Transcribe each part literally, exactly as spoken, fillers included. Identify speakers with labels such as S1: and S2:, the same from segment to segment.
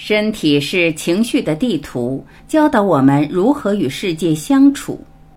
S1: 身体是情绪的地图，教导我们如何与世界相处。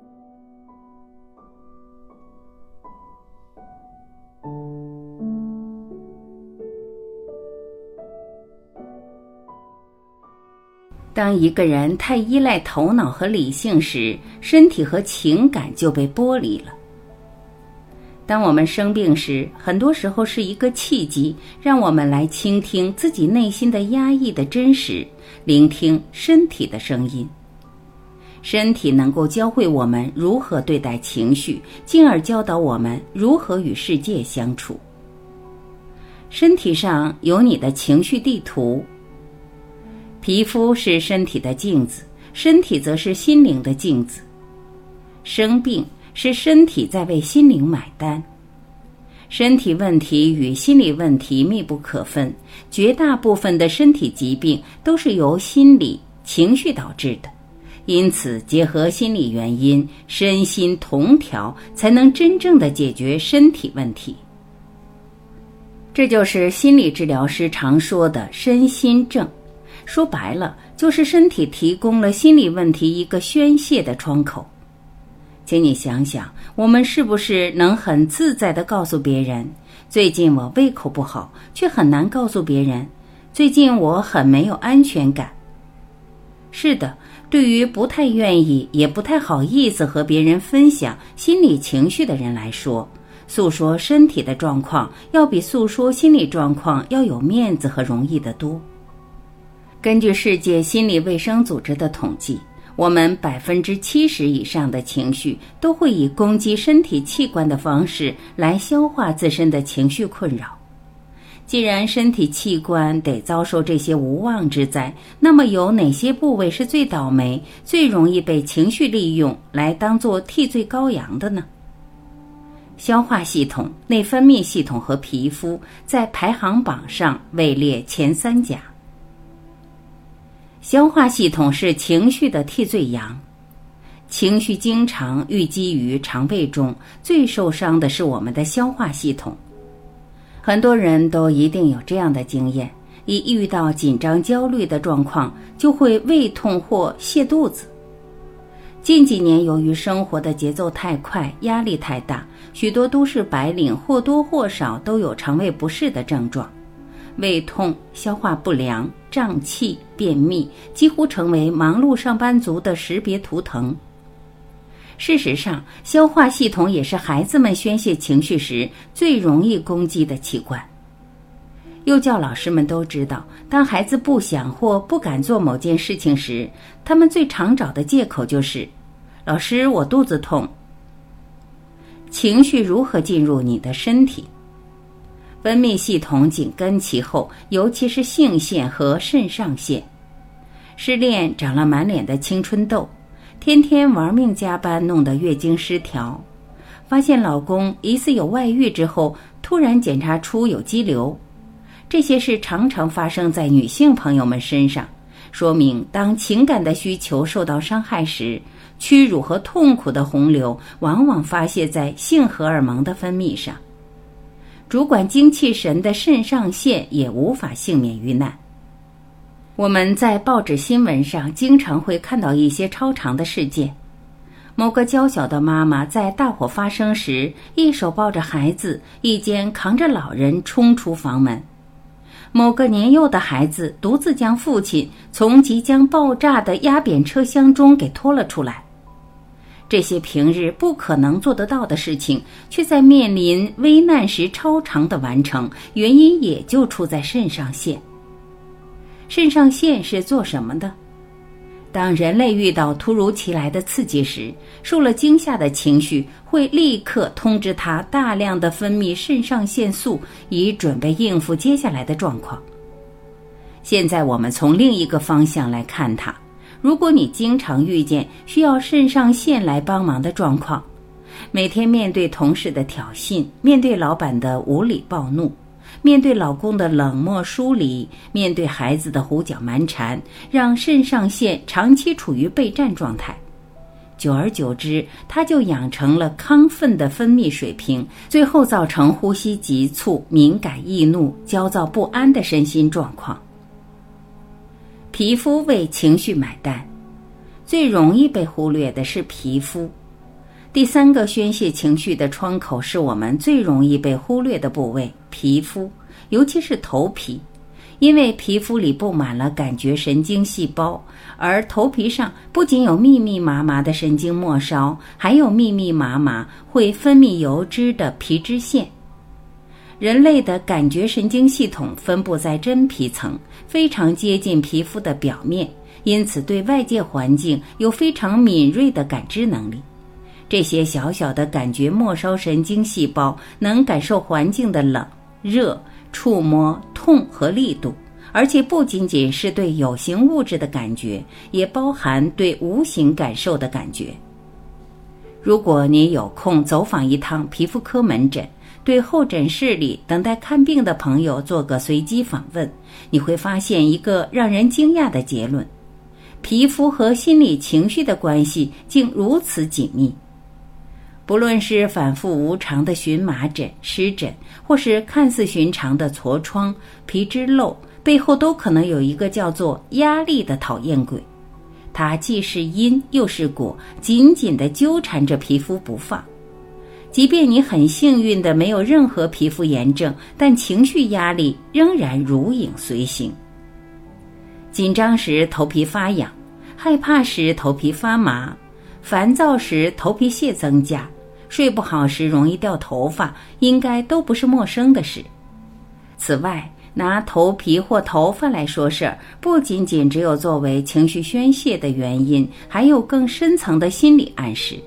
S1: 当一个人太依赖头脑和理性时，身体和情感就被剥离了。当我们生病时，很多时候是一个契机，让我们来倾听自己内心的压抑的真实，聆听身体的声音。身体能够教会我们如何对待情绪，进而教导我们如何与世界相处。身体上有你的情绪地图，皮肤是身体的镜子，身体则是心灵的镜子。生病是身体在为心灵买单。身体问题与心理问题密不可分，绝大部分的身体疾病都是由心理情绪导致的，因此结合心理原因，身心同调，才能真正的解决身体问题。这就是心理治疗师常说的身心症，说白了，就是身体提供了心理问题一个宣泄的窗口。请你想想，我们是不是能很自在地告诉别人，最近我胃口不好，却很难告诉别人，最近我很没有安全感。是的，对于不太愿意，也不太好意思和别人分享心理情绪的人来说，诉说身体的状况，要比诉说心理状况要有面子和容易得多。根据世界心理卫生组织的统计，我们百分之七十以上的情绪都会以攻击身体器官的方式来消化自身的情绪困扰。既然身体器官得遭受这些无妄之灾，那么有哪些部位是最倒霉、最容易被情绪利用来当作替罪羔羊的呢？消化系统、内分泌系统和皮肤在排行榜上位列前三甲。消化系统是情绪的替罪羊，情绪经常郁积于肠胃中，最受伤的是我们的消化系统。很多人都一定有这样的经验，一遇到紧张焦虑的状况，就会胃痛或泻肚子。近几年由于生活的节奏太快，压力太大，许多都市白领或多或少都有肠胃不适的症状。胃痛、消化不良、胀气、便秘几乎成为忙碌上班族的识别图腾。事实上，消化系统也是孩子们宣泄情绪时最容易攻击的器官。幼教老师们都知道，当孩子不想或不敢做某件事情时，他们最常找的借口就是老师，我肚子痛。情绪如何进入你的身体？分泌系统紧跟其后，尤其是性腺和肾上腺。失恋长了满脸的青春痘，天天玩命加班弄得月经失调，发现老公疑似有外遇之后，突然检查出有肌瘤。这些事常常发生在女性朋友们身上，说明当情感的需求受到伤害时，屈辱和痛苦的洪流往往发泄在性荷尔蒙的分泌上。主管精气神的肾上腺也无法幸免于难。我们在报纸新闻上经常会看到一些超常的事件，某个娇小的妈妈在大火发生时，一手抱着孩子，一肩扛着老人冲出房门。某个年幼的孩子独自将父亲从即将爆炸的压扁车厢中给拖了出来。这些平日不可能做得到的事情，却在面临危难时超常的完成，原因也就出在肾上腺。肾上腺是做什么的？当人类遇到突如其来的刺激时，受了惊吓的情绪会立刻通知它大量的分泌肾上腺素，以准备应付接下来的状况。现在我们从另一个方向来看它，如果你经常遇见需要肾上腺来帮忙的状况，每天面对同事的挑衅，面对老板的无理暴怒，面对老公的冷漠疏离，面对孩子的胡搅蛮缠，让肾上腺长期处于备战状态。久而久之，它就养成了亢奋的分泌水平，最后造成呼吸急促、敏感易怒、焦躁不安的身心状况。 皮肤为情绪买单，最容易被忽略的是皮肤。第三个宣泄情绪的窗口是我们最容易被忽略的部位——皮肤，尤其是头皮。因为皮肤里布满了感觉神经细胞，而头皮上不仅有密密麻麻的神经末梢，还有密密麻麻会分泌油脂的皮脂腺。人类的感觉神经系统分布在真皮层，非常接近皮肤的表面，因此对外界环境有非常敏锐的感知能力。这些小小的感觉末梢神经细胞能感受环境的冷、热、触摸、痛和力度，而且不仅仅是对有形物质的感觉，也包含对无形感受的感觉。如果你有空走访一趟皮肤科门诊，对候诊室里等待看病的朋友做个随机访问，你会发现一个让人惊讶的结论：皮肤和心理情绪的关系竟如此紧密。不论是反复无常的荨麻疹、湿疹，或是看似寻常的痤疮、皮脂漏，背后都可能有一个叫做压力的讨厌鬼。它既是因又是果，紧紧地纠缠着皮肤不放。即便你很幸运的没有任何皮肤炎症，但情绪压力仍然如影随形。紧张时头皮发痒，害怕时头皮发麻，烦躁时头皮屑增加，睡不好时容易掉头发，应该都不是陌生的事。此外，拿头皮或头发来说事儿，不仅仅只有作为情绪宣泄的原因，还有更深层的心理暗示。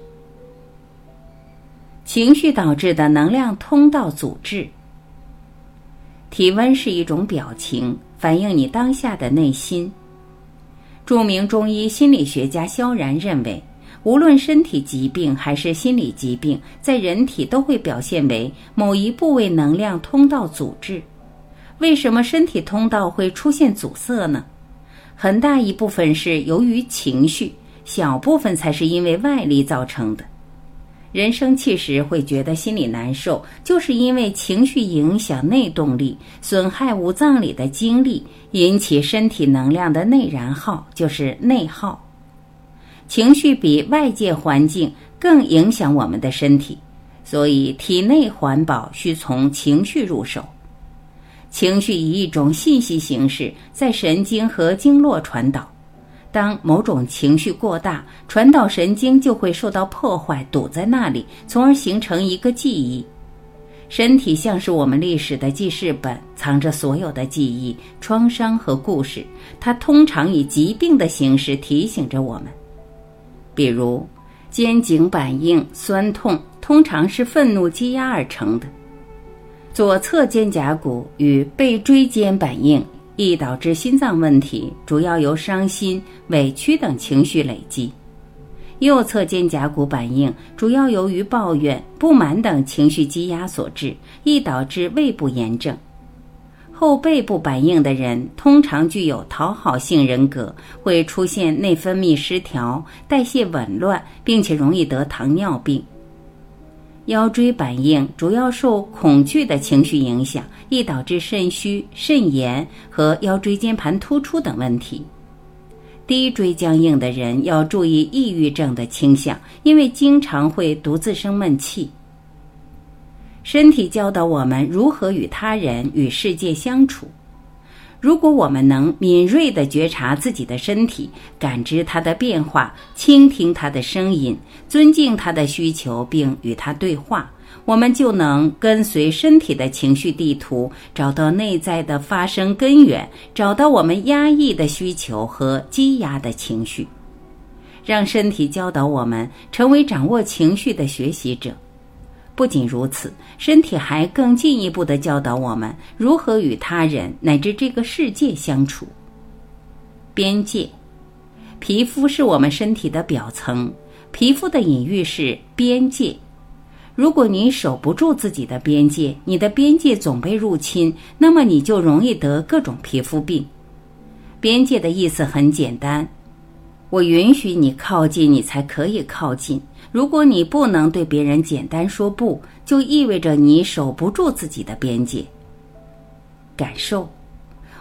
S1: 情绪导致的能量通道阻滞。体温是一种表情，反映你当下的内心。著名中医心理学家萧然认为，无论身体疾病还是心理疾病，在人体都会表现为某一部位能量通道阻滞。为什么身体通道会出现阻塞呢？很大一部分是由于情绪，小部分才是因为外力造成的。人生气时会觉得心里难受，就是因为情绪影响内动力，损害五脏里的精力，引起身体能量的内燃耗，就是内耗。情绪比外界环境更影响我们的身体，所以体内环保需从情绪入手。情绪以一种信息形式在神经和经络传导，当某种情绪过大，传导神经就会受到破坏，堵在那里，从而形成一个记忆。身体像是我们历史的记事本，藏着所有的记忆、创伤和故事，它通常以疾病的形式提醒着我们。比如肩颈板硬、酸痛，通常是愤怒积压而成的。左侧肩胛骨与背椎间板硬易导致心脏问题，主要由伤心、委屈等情绪累积。右侧肩胛骨板硬主要由于抱怨、不满等情绪积压所致，易导致胃部炎症。后背部板硬的人通常具有讨好性人格，会出现内分泌失调、代谢紊乱，并且容易得糖尿病。腰椎板硬主要受恐惧的情绪影响，易导致肾虚、肾炎和腰椎间盘突出等问题。低椎僵硬的人要注意抑郁症的倾向，因为经常会独自生闷气。身体教导我们如何与他人与世界相处。如果我们能敏锐地觉察自己的身体，感知它的变化，倾听它的声音，尊敬它的需求并与它对话，我们就能跟随身体的情绪地图，找到内在的发生根源，找到我们压抑的需求和积压的情绪，让身体教导我们成为掌握情绪的学习者。不仅如此，身体还更进一步地教导我们如何与他人乃至这个世界相处。边界，皮肤是我们身体的表层，皮肤的隐喻是边界。如果你守不住自己的边界，你的边界总被入侵，那么你就容易得各种皮肤病。边界的意思很简单，我允许你靠近，你才可以靠近。如果你不能对别人简单说不，就意味着你守不住自己的边界。感受，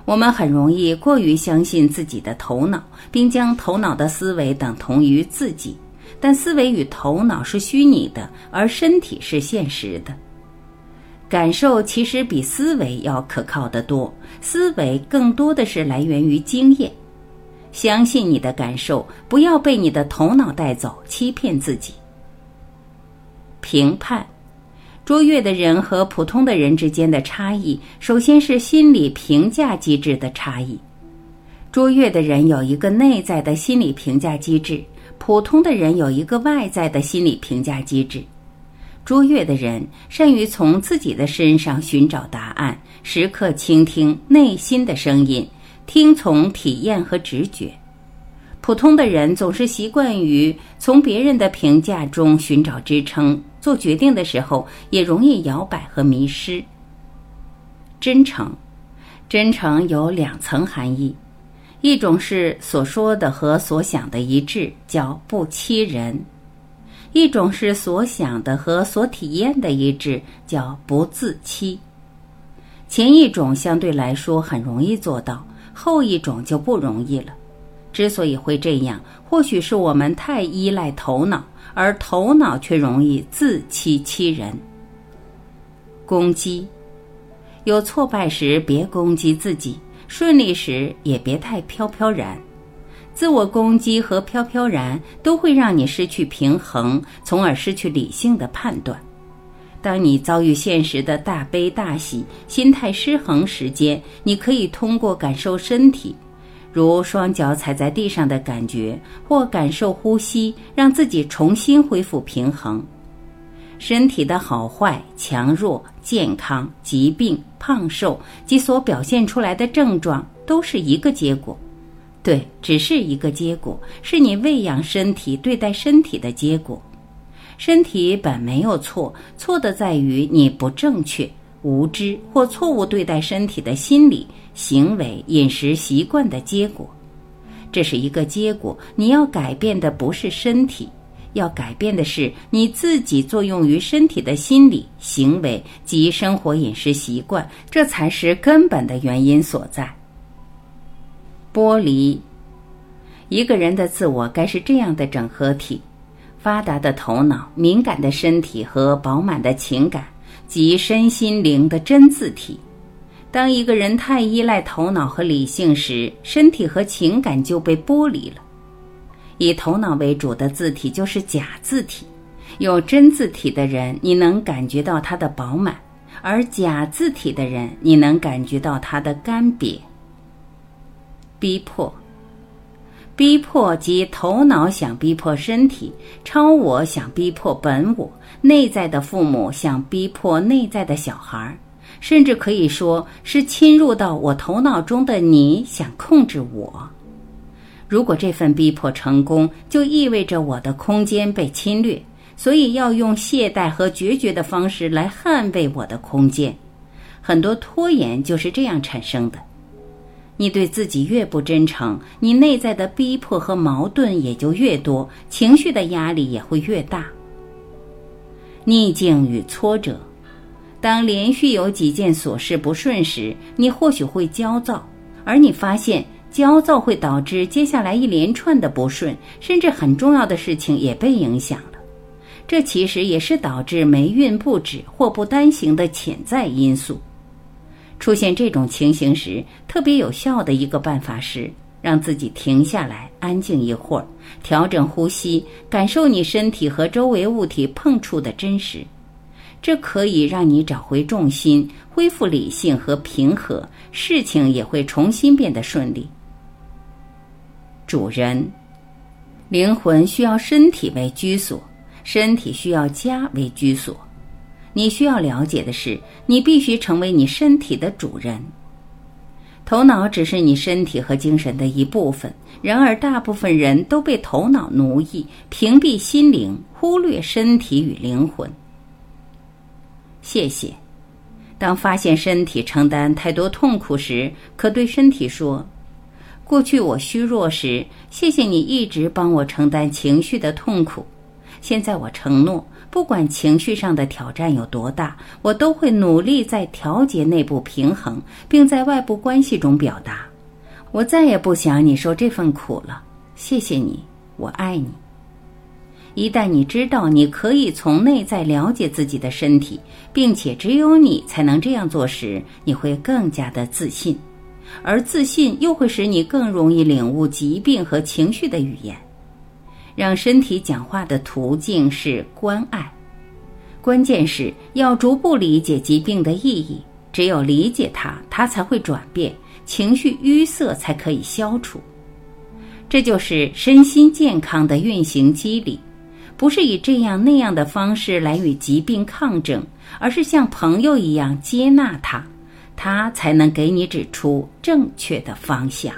S1: 我们很容易过于相信自己的头脑，并将头脑的思维等同于自己，但思维与头脑是虚拟的，而身体是现实的。感受其实比思维要可靠得多，思维更多的是来源于经验。相信你的感受，不要被你的头脑带走，欺骗自己。评判，卓越的人和普通的人之间的差异，首先是心理评价机制的差异。卓越的人有一个内在的心理评价机制，普通的人有一个外在的心理评价机制。卓越的人善于从自己的身上寻找答案，时刻倾听内心的声音，听从体验和直觉。普通的人总是习惯于从别人的评价中寻找支撑，做决定的时候也容易摇摆和迷失。真诚，真诚有两层含义，一种是所说的和所想的一致，叫不欺人；一种是所想的和所体验的一致，叫不自欺。前一种相对来说很容易做到，后一种就不容易了。之所以会这样，或许是我们太依赖头脑，而头脑却容易自欺欺人。攻击，有挫败时别攻击自己，顺利时也别太飘飘然。自我攻击和飘飘然都会让你失去平衡，从而失去理性的判断。当你遭遇现实的大悲大喜，心态失衡时间，你可以通过感受身体，如双脚踩在地上的感觉，或感受呼吸，让自己重新恢复平衡。身体的好坏、强弱、健康、疾病、胖瘦及所表现出来的症状都是一个结果。对，只是一个结果，是你喂养身体、对待身体的结果。身体本没有错，错的在于你不正确、无知或错误对待身体的心理、行为、饮食习惯的结果。这是一个结果，你要改变的不是身体，要改变的是你自己作用于身体的心理、行为及生活饮食习惯，这才是根本的原因所在。剥离，一个人的自我该是这样的整合体：发达的头脑、敏感的身体和饱满的情感，及身心灵的真字体。当一个人太依赖头脑和理性时，身体和情感就被剥离了。以头脑为主的字体就是假字体，有真字体的人，你能感觉到他的饱满；而假字体的人，你能感觉到他的干瘪。逼迫，逼迫即头脑想逼迫身体，超我想逼迫本我，内在的父母想逼迫内在的小孩，甚至可以说是侵入到我头脑中的你想控制我。如果这份逼迫成功，就意味着我的空间被侵略，所以要用懈怠和决绝的方式来捍卫我的空间。很多拖延就是这样产生的。你对自己越不真诚，你内在的逼迫和矛盾也就越多，情绪的压力也会越大。逆境与挫折，当连续有几件琐事不顺时，你或许会焦躁，而你发现焦躁会导致接下来一连串的不顺，甚至很重要的事情也被影响了。这其实也是导致霉运不止或不单行的潜在因素。出现这种情形时，特别有效的一个办法是让自己停下来，安静一会儿，调整呼吸，感受你身体和周围物体碰触的真实。这可以让你找回重心，恢复理性和平和，事情也会重新变得顺利。主人，灵魂需要身体为居所，身体需要家为居所。你需要了解的是，你必须成为你身体的主人。头脑只是你身体和精神的一部分，然而大部分人都被头脑奴役，屏蔽心灵，忽略身体与灵魂。谢谢。当发现身体承担太多痛苦时，可对身体说：过去我虚弱时，谢谢你一直帮我承担情绪的痛苦。现在我承诺，不不管情绪上的挑战有多大，我都会努力在调节内部平衡，并在外部关系中表达：我再也不想你受这份苦了，谢谢你，我爱你。一旦你知道你可以从内在了解自己的身体，并且只有你才能这样做时，你会更加的自信，而自信又会使你更容易领悟疾病和情绪的语言。让身体讲话的途径是关爱，关键是要逐步理解疾病的意义，只有理解它，它才会转变，情绪淤塞才可以消除。这就是身心健康的运行机理，不是以这样那样的方式来与疾病抗争，而是像朋友一样接纳它，它才能给你指出正确的方向。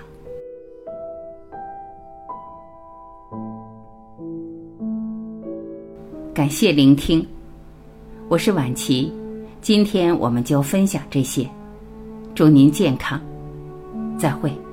S1: 感谢聆听，我是婉琪，今天我们就分享这些，祝您健康，再会。